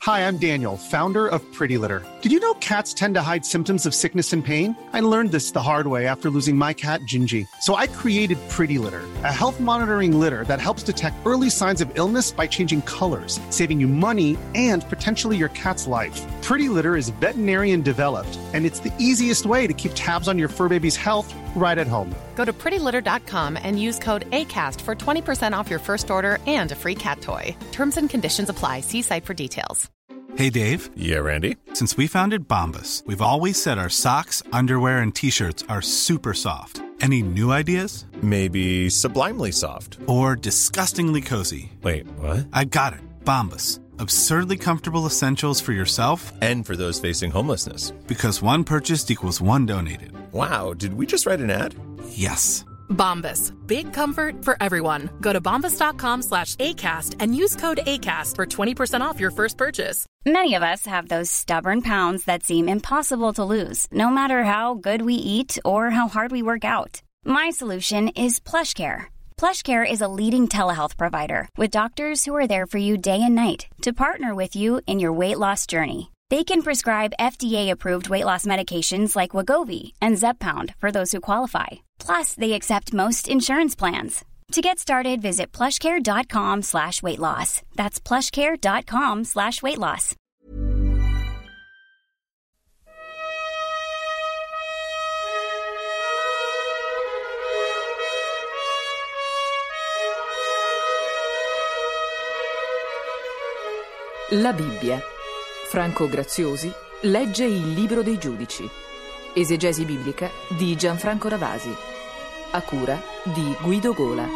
Hi, I'm Daniel, founder of Pretty Litter. Did you know cats tend to hide symptoms of sickness and pain? I learned this the hard way after losing my cat, Gingy. So I created Pretty Litter, a health monitoring litter that helps detect early signs of illness by changing colors, saving you money and potentially your cat's life. Pretty Litter is veterinarian developed, and it's the easiest way to keep tabs on your fur baby's health right at home. Go to prettylitter.com and use code ACAST for 20% off your first order and a free cat toy. Terms and conditions apply. See site for details. Hey, Dave. Yeah, Randy. Since we founded Bombas, we've always said our socks, underwear, and T-shirts are super soft. Any new ideas? Maybe sublimely soft. Or disgustingly cozy. Wait, what? I got it. Bombas. Absurdly comfortable essentials for yourself and for those facing homelessness. Because one purchased equals one donated. Wow, did we just write an ad? Yes. Bombas. Big comfort for everyone. Go to bombas.com/ACAST and use code ACAST for 20% off your first purchase. Many of us have those stubborn pounds that seem impossible to lose, no matter how good we eat or how hard we work out. My solution is PlushCare. PlushCare is a leading telehealth provider with doctors who are there for you day and night to partner with you in your weight loss journey. They can prescribe FDA-approved weight loss medications like Wegovy and Zepbound for those who qualify. Plus, they accept most insurance plans. To get started, visit plushcare.com/weightloss. That's plushcare.com/weightloss. La Bibbia. Franco Graziosi legge il Libro dei Giudici. Esegesi biblica di Gianfranco Ravasi. A cura di Guido Gola.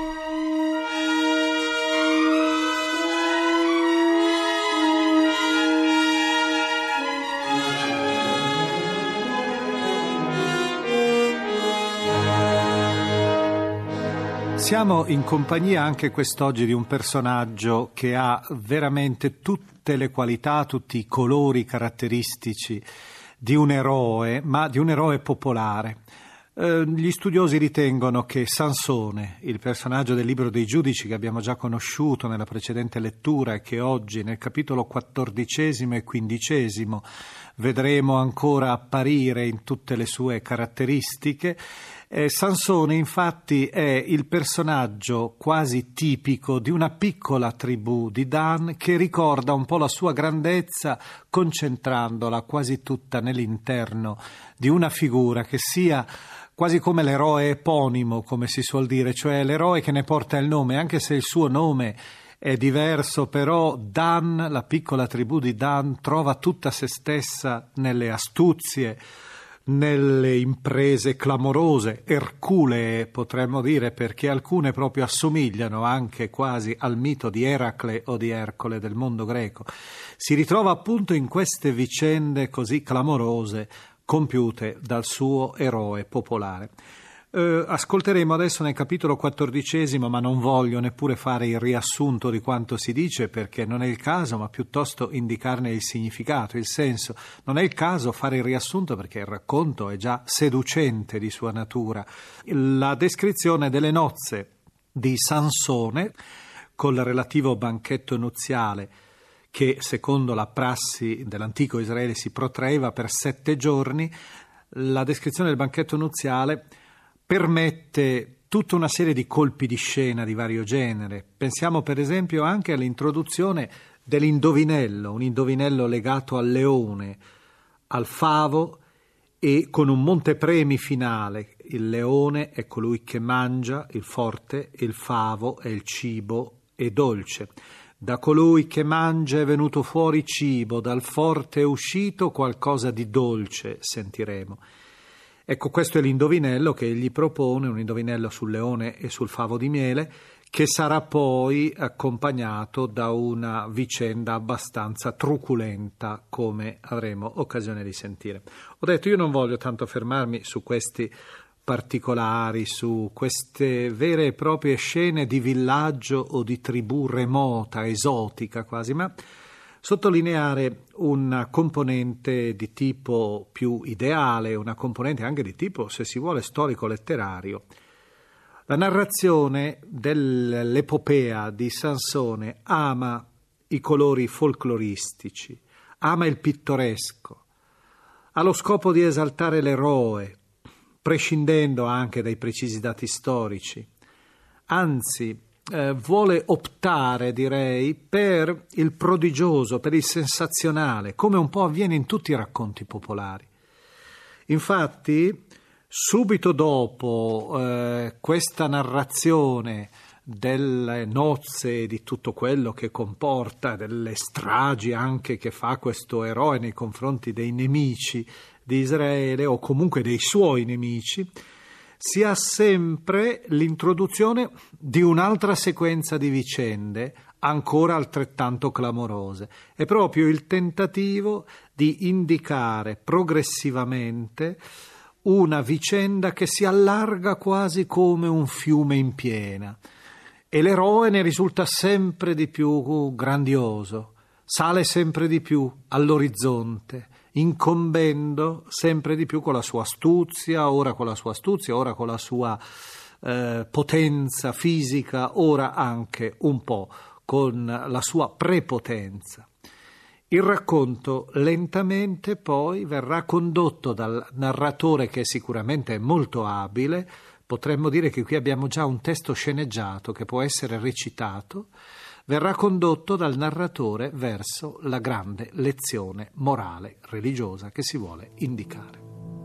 Siamo in compagnia anche quest'oggi di un personaggio che ha veramente tutte le qualità, tutti i colori caratteristici di un eroe, ma di un eroe popolare. Gli studiosi ritengono che Sansone, il personaggio del Libro dei Giudici che abbiamo già conosciuto nella precedente lettura e che oggi nel capitolo 14 e 15 vedremo ancora apparire in tutte le sue caratteristiche, Sansone infatti è il personaggio quasi tipico di una piccola tribù di Dan che ricorda un po' la sua grandezza concentrandola quasi tutta nell'interno di una figura che sia quasi come l'eroe eponimo, come si suol dire, cioè l'eroe che ne porta il nome, anche se il suo nome è diverso, però Dan, la piccola tribù di Dan, trova tutta se stessa nelle astuzie, nelle imprese clamorose, erculee potremmo dire, perché alcune proprio assomigliano anche quasi al mito di Eracle o di Ercole del mondo greco. Si ritrova appunto in queste vicende così clamorose compiute dal suo eroe popolare. Ascolteremo adesso nel capitolo 14, ma non voglio neppure fare il riassunto di quanto si dice perché non è il caso, ma piuttosto indicarne il significato, il senso. Non è il caso fare il riassunto perché il racconto è già seducente di sua natura. La descrizione delle nozze di Sansone col relativo banchetto nuziale che secondo la prassi dell'antico Israele si protraeva per 7 giorni, la descrizione del banchetto nuziale permette tutta una serie di colpi di scena di vario genere. Pensiamo per esempio anche all'introduzione dell'indovinello, un indovinello legato al leone, al favo e con un montepremi finale. Il leone è colui che mangia, il forte, il favo è il cibo e dolce. Da colui che mangia è venuto fuori cibo, dal forte è uscito qualcosa di dolce, sentiremo. Ecco, questo è l'indovinello che egli propone, un indovinello sul leone e sul favo di miele, che sarà poi accompagnato da una vicenda abbastanza truculenta, come avremo occasione di sentire. Ho detto, io non voglio tanto fermarmi su questi particolari, su queste vere e proprie scene di villaggio o di tribù remota, esotica quasi, ma sottolineare una componente di tipo più ideale, una componente anche di tipo, se si vuole, storico-letterario. La narrazione dell'epopea di Sansone ama i colori folcloristici, ama il pittoresco, ha lo scopo di esaltare l'eroe, prescindendo anche dai precisi dati storici. Anzi, vuole optare, direi, per il prodigioso, per il sensazionale, come un po' avviene in tutti i racconti popolari. Infatti, subito dopo questa narrazione delle nozze e di tutto quello che comporta, delle stragi anche che fa questo eroe nei confronti dei nemici di Israele o comunque dei suoi nemici, si ha sempre l'introduzione di un'altra sequenza di vicende ancora altrettanto clamorose. È proprio il tentativo di indicare progressivamente una vicenda che si allarga quasi come un fiume in piena e l'eroe ne risulta sempre di più grandioso, sale sempre di più all'orizzonte, incombendo sempre di più con la sua astuzia, ora con la sua potenza fisica, ora anche un po' con la sua prepotenza. Il racconto lentamente poi verrà condotto dal narratore, che sicuramente è molto abile. Potremmo dire che qui abbiamo già un testo sceneggiato che può essere recitato, verrà condotto dal narratore verso la grande lezione morale religiosa che si vuole indicare.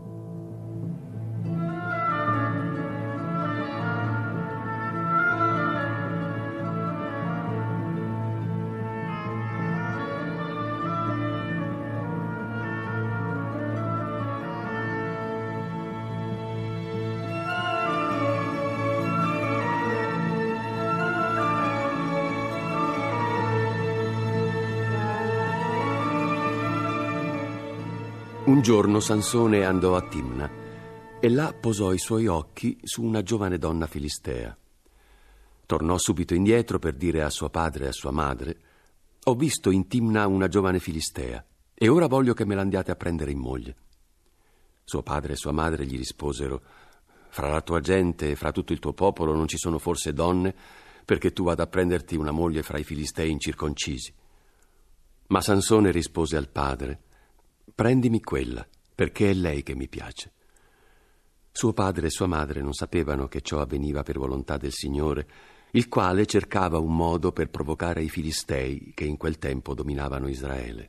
Un giorno Sansone andò a Timna e là posò i suoi occhi su una giovane donna filistea. Tornò subito indietro per dire a suo padre e a sua madre: «Ho visto in Timna una giovane filistea e ora voglio che me l'andiate a prendere in moglie». Suo padre e sua madre gli risposero: «Fra la tua gente e fra tutto il tuo popolo non ci sono forse donne perché tu vada a prenderti una moglie fra i filistei incirconcisi?» Ma Sansone rispose al padre: «Prendimi quella, perché è lei che mi piace». Suo padre e sua madre non sapevano che ciò avveniva per volontà del Signore, il quale cercava un modo per provocare i filistei che in quel tempo dominavano Israele.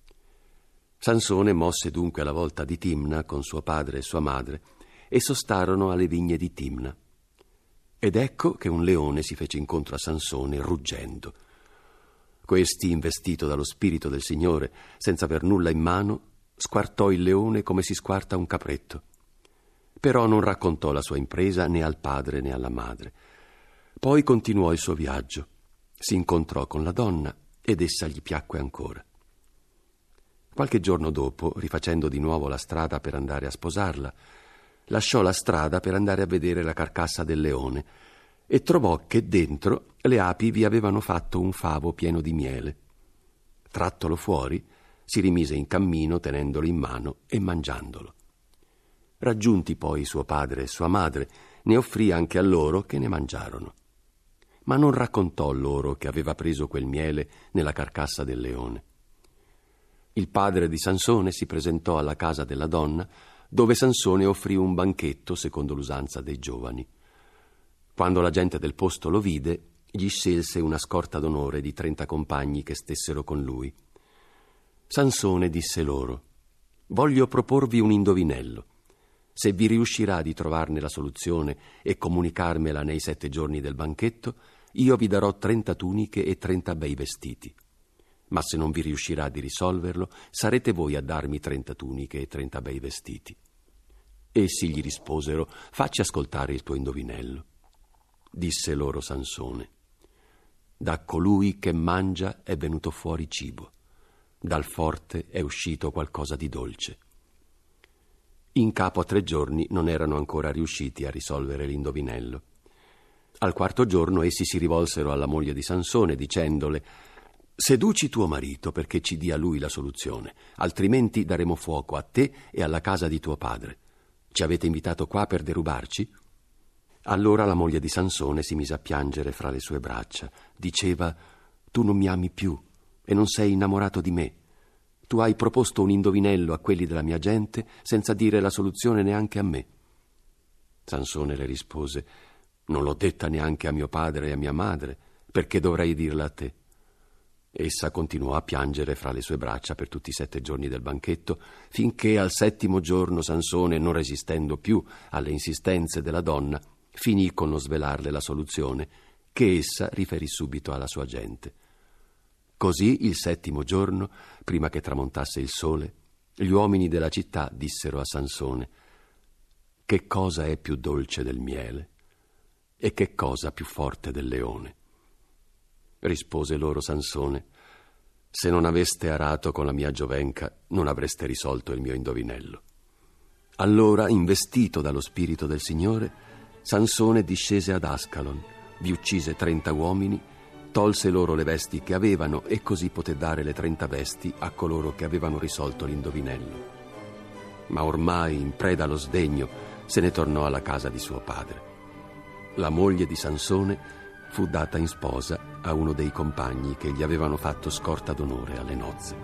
Sansone mosse dunque la volta di Timna con suo padre e sua madre e sostarono alle vigne di Timna. Ed ecco che un leone si fece incontro a Sansone ruggendo. Questi, investito dallo spirito del Signore, senza aver nulla in mano, squartò il leone come si squarta un capretto. Però non raccontò la sua impresa né al padre né alla madre. Poi continuò il suo viaggio. Si incontrò con la donna ed essa gli piacque ancora. Qualche giorno dopo, rifacendo di nuovo la strada per andare a sposarla, lasciò la strada per andare a vedere la carcassa del leone e trovò che dentro le api vi avevano fatto un favo pieno di miele. Trattolo fuori, si rimise in cammino tenendolo in mano e mangiandolo. Raggiunti poi suo padre e sua madre, ne offrì anche a loro che ne mangiarono. Ma non raccontò loro che aveva preso quel miele nella carcassa del leone. Il padre di Sansone si presentò alla casa della donna, dove Sansone offrì un banchetto secondo l'usanza dei giovani. Quando la gente del posto lo vide, gli scelse una scorta d'onore di 30 compagni che stessero con lui. Sansone disse loro: «Voglio proporvi un indovinello. Se vi riuscirà di trovarne la soluzione e comunicarmela nei 7 giorni del banchetto, io vi darò 30 tuniche e 30 bei vestiti. Ma se non vi riuscirà di risolverlo, sarete voi a darmi 30 tuniche e 30 bei vestiti». Essi gli risposero: «Facci ascoltare il tuo indovinello». Disse loro Sansone: «Da colui che mangia è venuto fuori cibo, dal forte è uscito qualcosa di dolce». In capo a 3 giorni non erano ancora riusciti a risolvere l'indovinello. Al 4° giorno essi si rivolsero alla moglie di Sansone dicendole: «Seduci tuo marito perché ci dia lui la soluzione, altrimenti daremo fuoco a te e alla casa di tuo padre. Ci avete invitato qua per derubarci?» Allora la moglie di Sansone si mise a piangere fra le sue braccia. Diceva: «Tu non mi ami più, e non sei innamorato di me. Tu hai proposto un indovinello a quelli della mia gente senza dire la soluzione neanche a me. Sansone le rispose: non l'ho detta neanche a mio padre e a mia madre, perché dovrei dirla a te? Essa continuò a piangere fra le sue braccia per tutti i 7 giorni del banchetto, finché al 7° giorno Sansone, non resistendo più alle insistenze della donna, finì con lo svelarle la soluzione, che essa riferì subito alla sua gente. Così il 7° giorno, prima che tramontasse il sole, gli uomini della città dissero a Sansone: che cosa è più dolce del miele? E che cosa più forte del leone? Rispose loro Sansone: se non aveste arato con la mia giovenca, non avreste risolto il mio indovinello. Allora, investito dallo spirito del Signore, Sansone discese ad Ascalon, vi uccise 30 uomini, tolse loro le vesti che avevano e così poté dare le 30 vesti a coloro che avevano risolto l'indovinello. Ma ormai, in preda allo sdegno, se ne tornò alla casa di suo padre. La moglie di Sansone fu data in sposa a uno dei compagni che gli avevano fatto scorta d'onore alle nozze.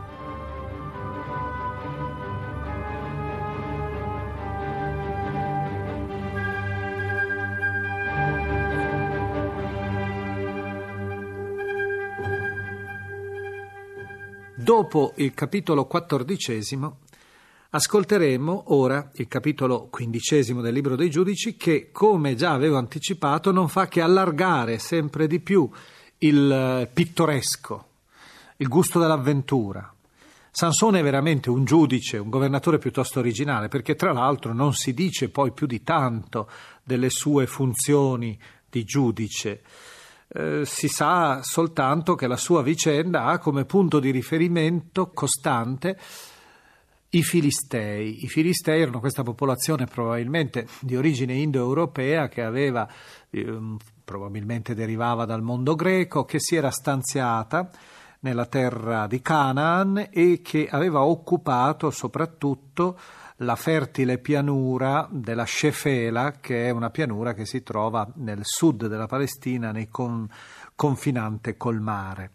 Dopo il capitolo 14, ascolteremo ora il capitolo 15 del Libro dei Giudici, che, come già avevo anticipato, non fa che allargare sempre di più il pittoresco, il gusto dell'avventura. Sansone è veramente un giudice, un governatore piuttosto originale, perché tra l'altro non si dice poi più di tanto delle sue funzioni di giudice. Si sa soltanto che la sua vicenda ha come punto di riferimento costante i Filistei. I Filistei erano questa popolazione probabilmente di origine indoeuropea che aveva, probabilmente derivava dal mondo greco, che si era stanziata nella terra di Canaan e che aveva occupato soprattutto la fertile pianura della Shefela, che è una pianura che si trova nel sud della Palestina, confinante col mare.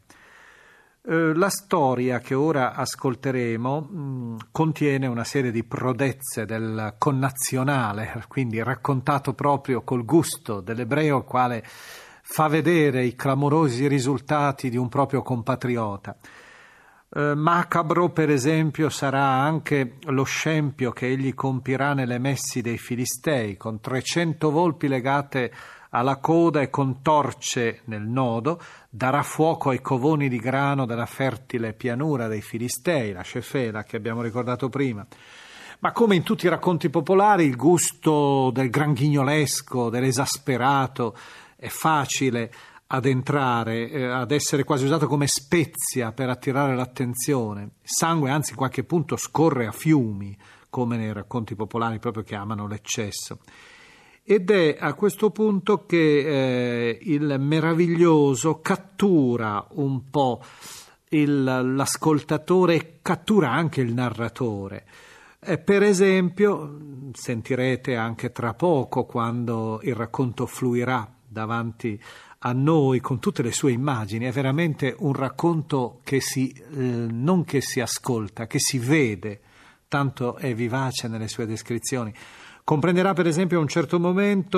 La storia che ora ascolteremo contiene una serie di prodezze del connazionale, quindi raccontato proprio col gusto dell'ebreo, quale fa vedere i clamorosi risultati di un proprio compatriota. Macabro, per esempio, sarà anche lo scempio che egli compirà nelle messi dei Filistei, con 300 volpi legate alla coda e con torce nel nodo, darà fuoco ai covoni di grano della fertile pianura dei Filistei, la Shefela che abbiamo ricordato prima. Ma come in tutti i racconti popolari, il gusto del granghignolesco, dell'esasperato è facile ad entrare, ad essere quasi usato come spezia per attirare l'attenzione. Il sangue, anzi, in qualche punto scorre a fiumi, come nei racconti popolari proprio che amano l'eccesso. Ed è a questo punto che il meraviglioso cattura un po' l'ascoltatore e cattura anche il narratore. Per esempio, sentirete anche tra poco, quando il racconto fluirà davanti a noi con tutte le sue immagini, è veramente un racconto che non che si ascolta, che si vede, tanto è vivace nelle sue descrizioni. Comprenderà per esempio a un certo momento.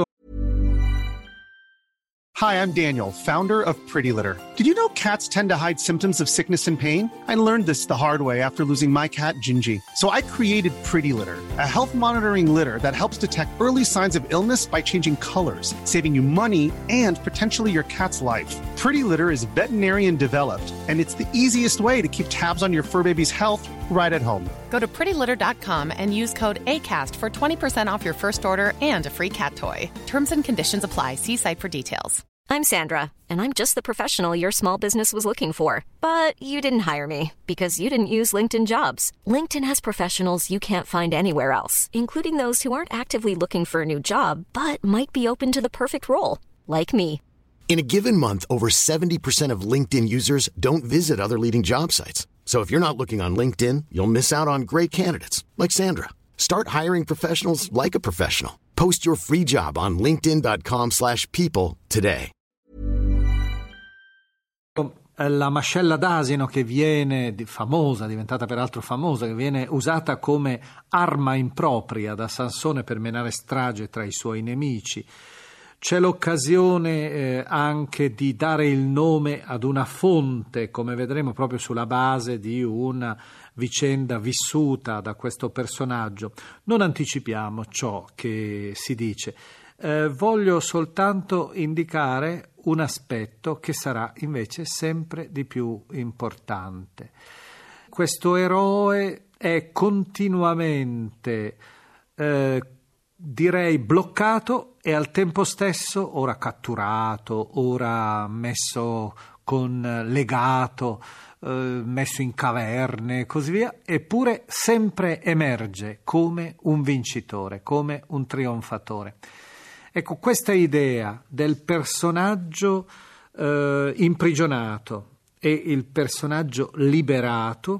Hi, I'm Daniel, founder of Pretty Litter. Did you know cats tend to hide symptoms of sickness and pain? I learned this the hard way after losing my cat, Gingy. So I created Pretty Litter, a health monitoring litter that helps detect early signs of illness by changing colors, saving you money and potentially your cat's life. Pretty Litter is veterinarian developed, and it's the easiest way to keep tabs on your fur baby's health right at home. Go to prettylitter.com and use code ACAST for 20% off your first order and a free cat toy. Terms and conditions apply. See site for details. I'm Sandra, and I'm just the professional your small business was looking for. But you didn't hire me because you didn't use LinkedIn Jobs. LinkedIn has professionals you can't find anywhere else, including those who aren't actively looking for a new job, but might be open to the perfect role, like me. In a given month, over 70% of LinkedIn users don't visit other leading job sites. So if you're not looking on LinkedIn, you'll miss out on great candidates like Sandra. Start hiring professionals like a professional. Post your free job on linkedin.com/people today. la mascella d'asino che viene famosa, diventata peraltro famosa, che viene usata come arma impropria da Sansone per menare strage tra i suoi nemici. C'è l'occasione anche di dare il nome ad una fonte, come vedremo proprio sulla base di una vicenda vissuta da questo personaggio. Non anticipiamo ciò che si dice. Voglio soltanto indicare un aspetto che sarà invece sempre di più importante. Questo eroe è continuamente direi bloccato e al tempo stesso ora catturato, ora messo legato, messo in caverne e così via, eppure sempre emerge come un vincitore, come un trionfatore. Ecco, questa idea del personaggio imprigionato e il personaggio liberato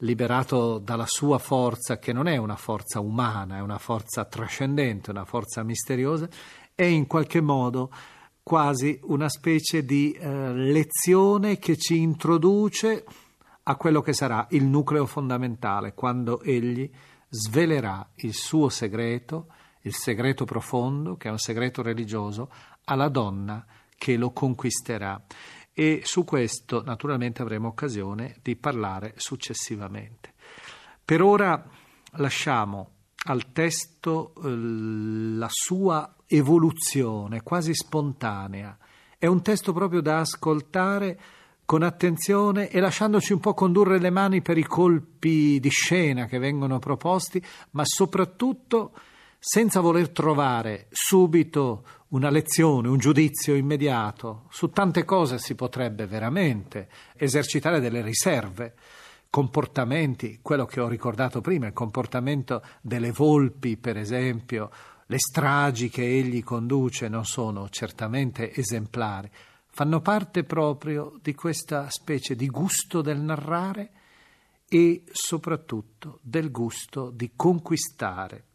dalla sua forza, che non è una forza umana, è una forza trascendente, una forza misteriosa, è in qualche modo quasi una specie di lezione che ci introduce a quello che sarà il nucleo fondamentale, quando egli svelerà il suo segreto, il segreto profondo, che è un segreto religioso, alla donna che lo conquisterà. E su questo naturalmente avremo occasione di parlare successivamente. Per ora lasciamo al testo la sua evoluzione quasi spontanea. È un testo proprio da ascoltare con attenzione e lasciandoci un po' condurre le mani per i colpi di scena che vengono proposti, ma soprattutto senza voler trovare subito una lezione, un giudizio immediato. Su tante cose si potrebbe veramente esercitare delle riserve, comportamenti, quello che ho ricordato prima, il comportamento delle volpi, per esempio, le stragi che egli conduce non sono certamente esemplari, fanno parte proprio di questa specie di gusto del narrare e soprattutto del gusto di conquistare.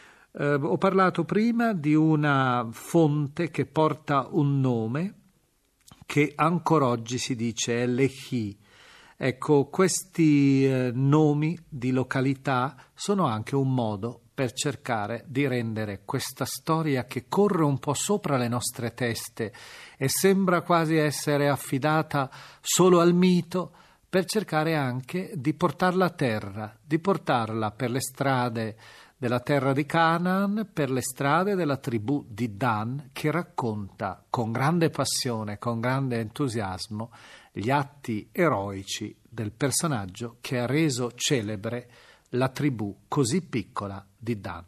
Ho parlato prima di una fonte che porta un nome che ancora oggi si dice è Lehi. Ecco, questi nomi di località sono anche un modo per cercare di rendere questa storia che corre un po' sopra le nostre teste e sembra quasi essere affidata solo al mito, per cercare anche di portarla a terra, di portarla per le strade della terra di Canaan, per le strade della tribù di Dan, che racconta con grande passione, con grande entusiasmo, gli atti eroici del personaggio che ha reso celebre la tribù così piccola di Dan.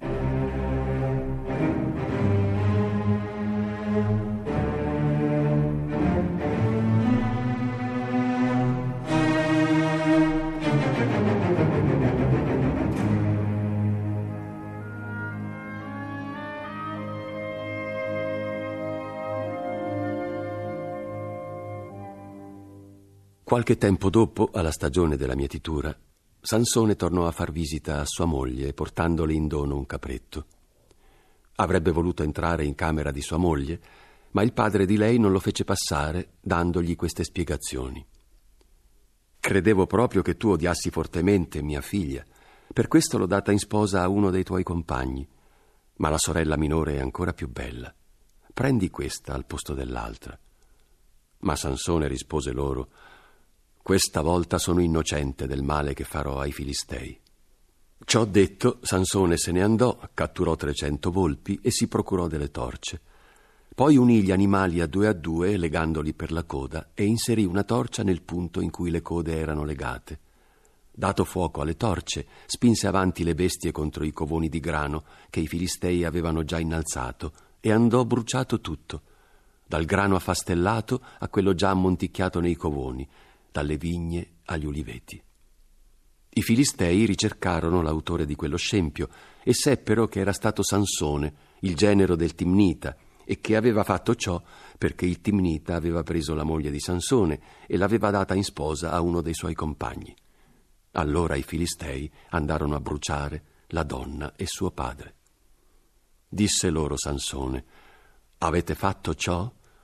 Qualche tempo dopo, alla stagione della mietitura, Sansone tornò a far visita a sua moglie, portandole in dono un capretto. Avrebbe voluto entrare in camera di sua moglie, ma il padre di lei non lo fece passare, dandogli queste spiegazioni. «Credevo proprio che tu odiassi fortemente mia figlia, per questo l'ho data in sposa a uno dei tuoi compagni, ma la sorella minore è ancora più bella. Prendi questa al posto dell'altra». Ma Sansone rispose loro: «Questa volta sono innocente del male che farò ai Filistei». Ciò detto, Sansone se ne andò, catturò 300 volpi e si procurò delle torce. Poi unì gli animali a due, legandoli per la coda, e inserì una torcia nel punto in cui le code erano legate. Dato fuoco alle torce, spinse avanti le bestie contro i covoni di grano che i Filistei avevano già innalzato, e andò bruciato tutto, dal grano affastellato a quello già ammonticchiato nei covoni, dalle vigne agli uliveti. I Filistei ricercarono l'autore di quello scempio e seppero che era stato Sansone, il genero del Timnita, e che aveva fatto ciò perché il Timnita aveva preso la moglie di Sansone e l'aveva data in sposa a uno dei suoi compagni. Allora i Filistei andarono a bruciare la donna e suo padre. Disse loro Sansone: «Avete fatto ciò?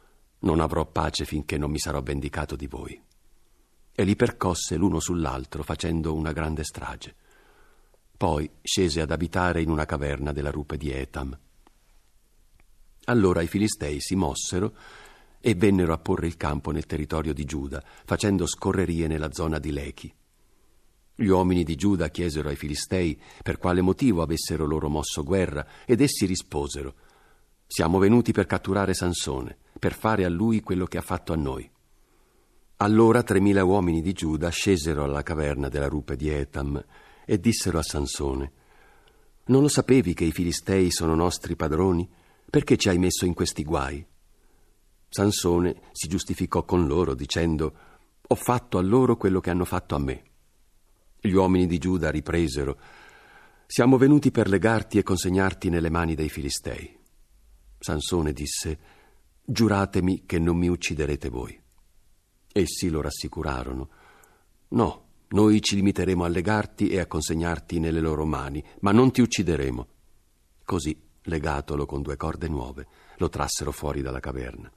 Non avrò pace finché non mi sarò vendicato di voi. E li percosse l'uno sull'altro, facendo una grande strage. Poi scese ad abitare in una caverna della rupe di Etam. Allora i Filistei si mossero e vennero a porre il campo nel territorio di Giuda, facendo scorrerie nella zona di Lechi. Gli uomini di Giuda chiesero ai Filistei per quale motivo avessero loro mosso guerra, ed essi risposero: «Siamo venuti per catturare Sansone, per fare a lui quello che ha fatto a noi». Allora 3.000 uomini di Giuda scesero alla caverna della rupe di Etam e dissero a Sansone: «Non lo sapevi che i Filistei sono nostri padroni? Perché ci hai messo in questi guai?» Sansone si giustificò con loro dicendo: «Ho fatto a loro quello che hanno fatto a me». Gli uomini di Giuda ripresero: «Siamo venuti per legarti e consegnarti nelle mani dei Filistei». Sansone disse: «Giuratemi che non mi ucciderete voi». Essi lo rassicurarono: «No, noi ci limiteremo a legarti e a consegnarti nelle loro mani, ma non ti uccideremo». Così, legatolo con 2 corde nuove, lo trassero fuori dalla caverna.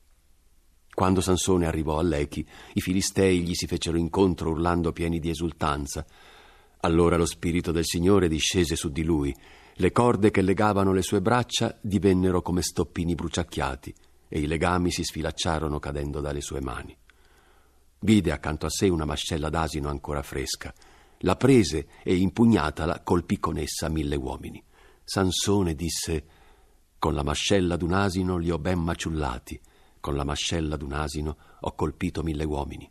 Quando Sansone arrivò a Lechi, i Filistei gli si fecero incontro urlando pieni di esultanza. Allora lo spirito del Signore discese su di lui. Le corde che legavano le sue braccia divennero come stoppini bruciacchiati e i legami si sfilacciarono cadendo dalle sue mani. Vide accanto a sé una mascella d'asino ancora fresca. La prese e, impugnatala, colpì con essa 1.000 uomini. Sansone disse: «Con la mascella d'un asino li ho ben maciullati, con la mascella d'un asino ho colpito 1.000 uomini».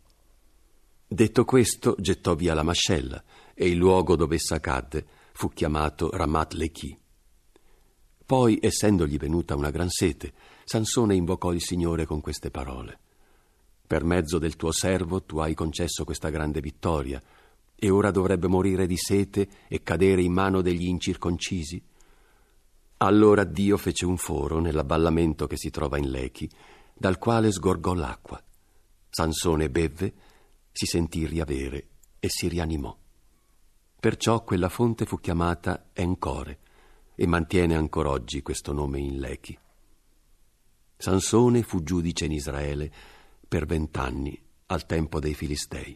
Detto questo, gettò via la mascella e il luogo dove essa cadde fu chiamato Ramat Lechi. Poi, essendogli venuta una gran sete, Sansone invocò il Signore con queste parole: «Per mezzo del tuo servo tu hai concesso questa grande vittoria, e ora dovrebbe morire di sete e cadere in mano degli incirconcisi?» Allora Dio fece un foro nell'abballamento che si trova in Lechi, dal quale sgorgò l'acqua. Sansone bevve, si sentì riavere e si rianimò. Perciò quella fonte fu chiamata Encore e mantiene ancor oggi questo nome in Lechi. Sansone fu giudice in Israele per 20 anni al tempo dei Filistei.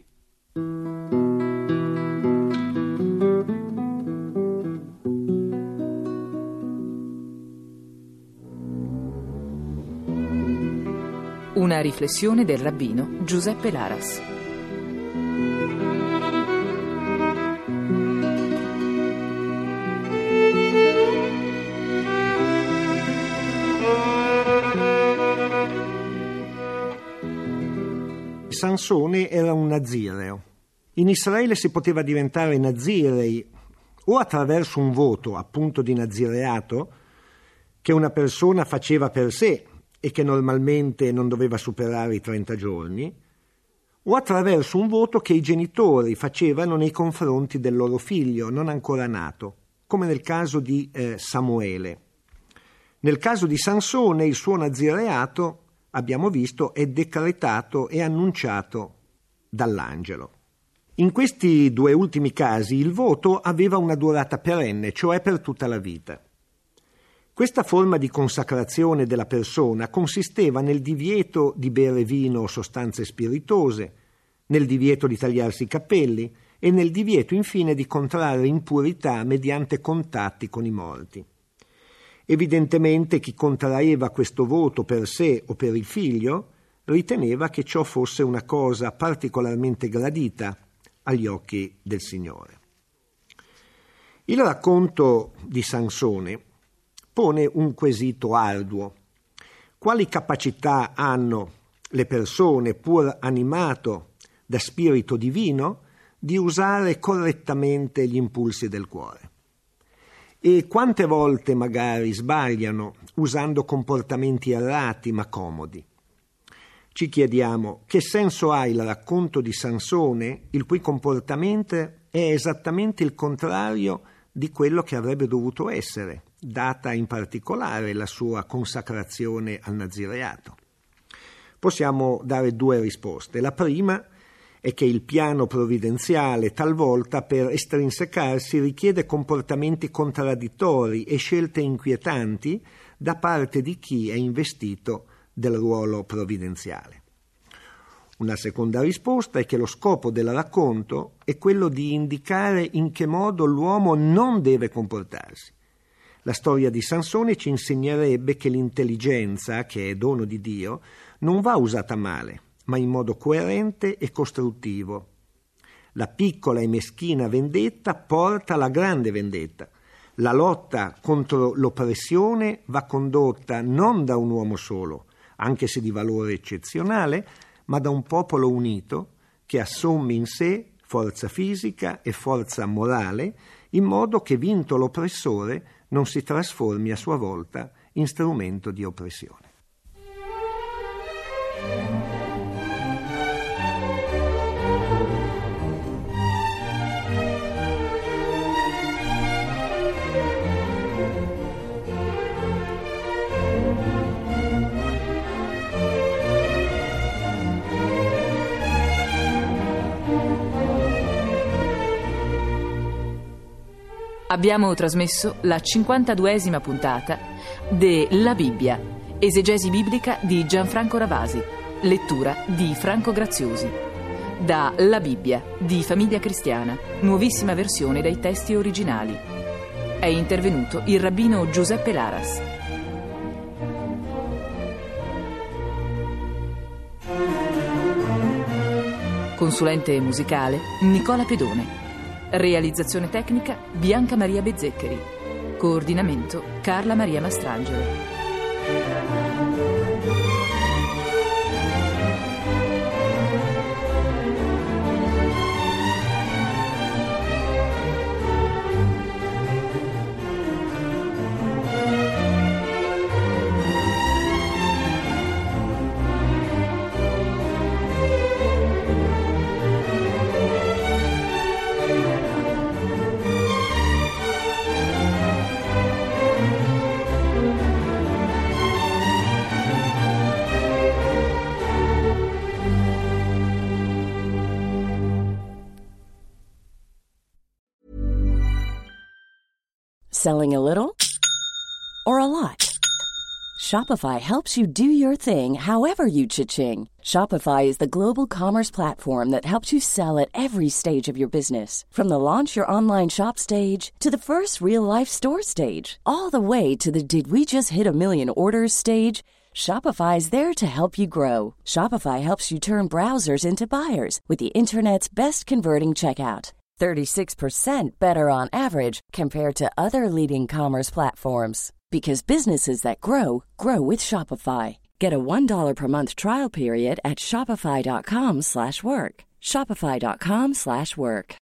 Una riflessione del rabbino Giuseppe Laras. Sansone era un nazireo. In Israele si poteva diventare nazirei o attraverso un voto, appunto, di nazireato che una persona faceva per sé e che normalmente non doveva superare i 30 giorni, o attraverso un voto che i genitori facevano nei confronti del loro figlio non ancora nato, come nel caso di Samuele. Nel caso di Sansone il suo nazireato, abbiamo visto, è decretato e annunciato dall'angelo. In questi 2 ultimi casi il voto aveva una durata perenne, cioè per tutta la vita. Questa forma di consacrazione della persona consisteva nel divieto di bere vino o sostanze spiritose, nel divieto di tagliarsi i capelli e nel divieto infine di contrarre impurità mediante contatti con i morti. Evidentemente chi contraeva questo voto per sé o per il figlio riteneva che ciò fosse una cosa particolarmente gradita agli occhi del Signore. Il racconto di Sansone pone un quesito arduo. Quali capacità hanno le persone, pur animato da spirito divino, di usare correttamente gli impulsi del cuore? E quante volte magari sbagliano usando comportamenti errati ma comodi? Ci chiediamo: che senso ha il racconto di Sansone, il cui comportamento è esattamente il contrario di quello che avrebbe dovuto essere, data in particolare la sua consacrazione al nazireato? Possiamo dare 2 risposte. La prima è che il piano provvidenziale talvolta per estrinsecarsi richiede comportamenti contraddittori e scelte inquietanti da parte di chi è investito del ruolo provvidenziale. Una seconda risposta è che lo scopo del racconto è quello di indicare in che modo l'uomo non deve comportarsi. La storia di Sansone ci insegnerebbe che l'intelligenza, che è dono di Dio, non va usata male, ma in modo coerente e costruttivo. La piccola e meschina vendetta porta alla grande vendetta. La lotta contro l'oppressione va condotta non da un uomo solo, anche se di valore eccezionale, ma da un popolo unito che assommi in sé forza fisica e forza morale, in modo che, vinto l'oppressore, non si trasformi a sua volta in strumento di oppressione. Abbiamo trasmesso la 52esima puntata de La Bibbia, esegesi biblica di Gianfranco Ravasi, lettura di Franco Graziosi. Da La Bibbia di Famiglia Cristiana, nuovissima versione dai testi originali. È intervenuto il rabbino Giuseppe Laras. Consulente musicale Nicola Pedone. Realizzazione tecnica Bianca Maria Bezzeccheri. Coordinamento Carla Maria Mastrangelo. Selling a little or a lot? Shopify helps you do your thing however you cha-ching. Shopify is the global commerce platform that helps you sell at every stage of your business. From the launch your online shop stage to the first real-life store stage, all the way to the did we just hit a million orders stage. Shopify is there to help you grow. Shopify helps you turn browsers into buyers with the internet's best converting checkout. 36% better on average compared to other leading commerce platforms. Because businesses that grow, grow with Shopify. Get a $1 per month trial period at shopify.com/work. Shopify.com/work.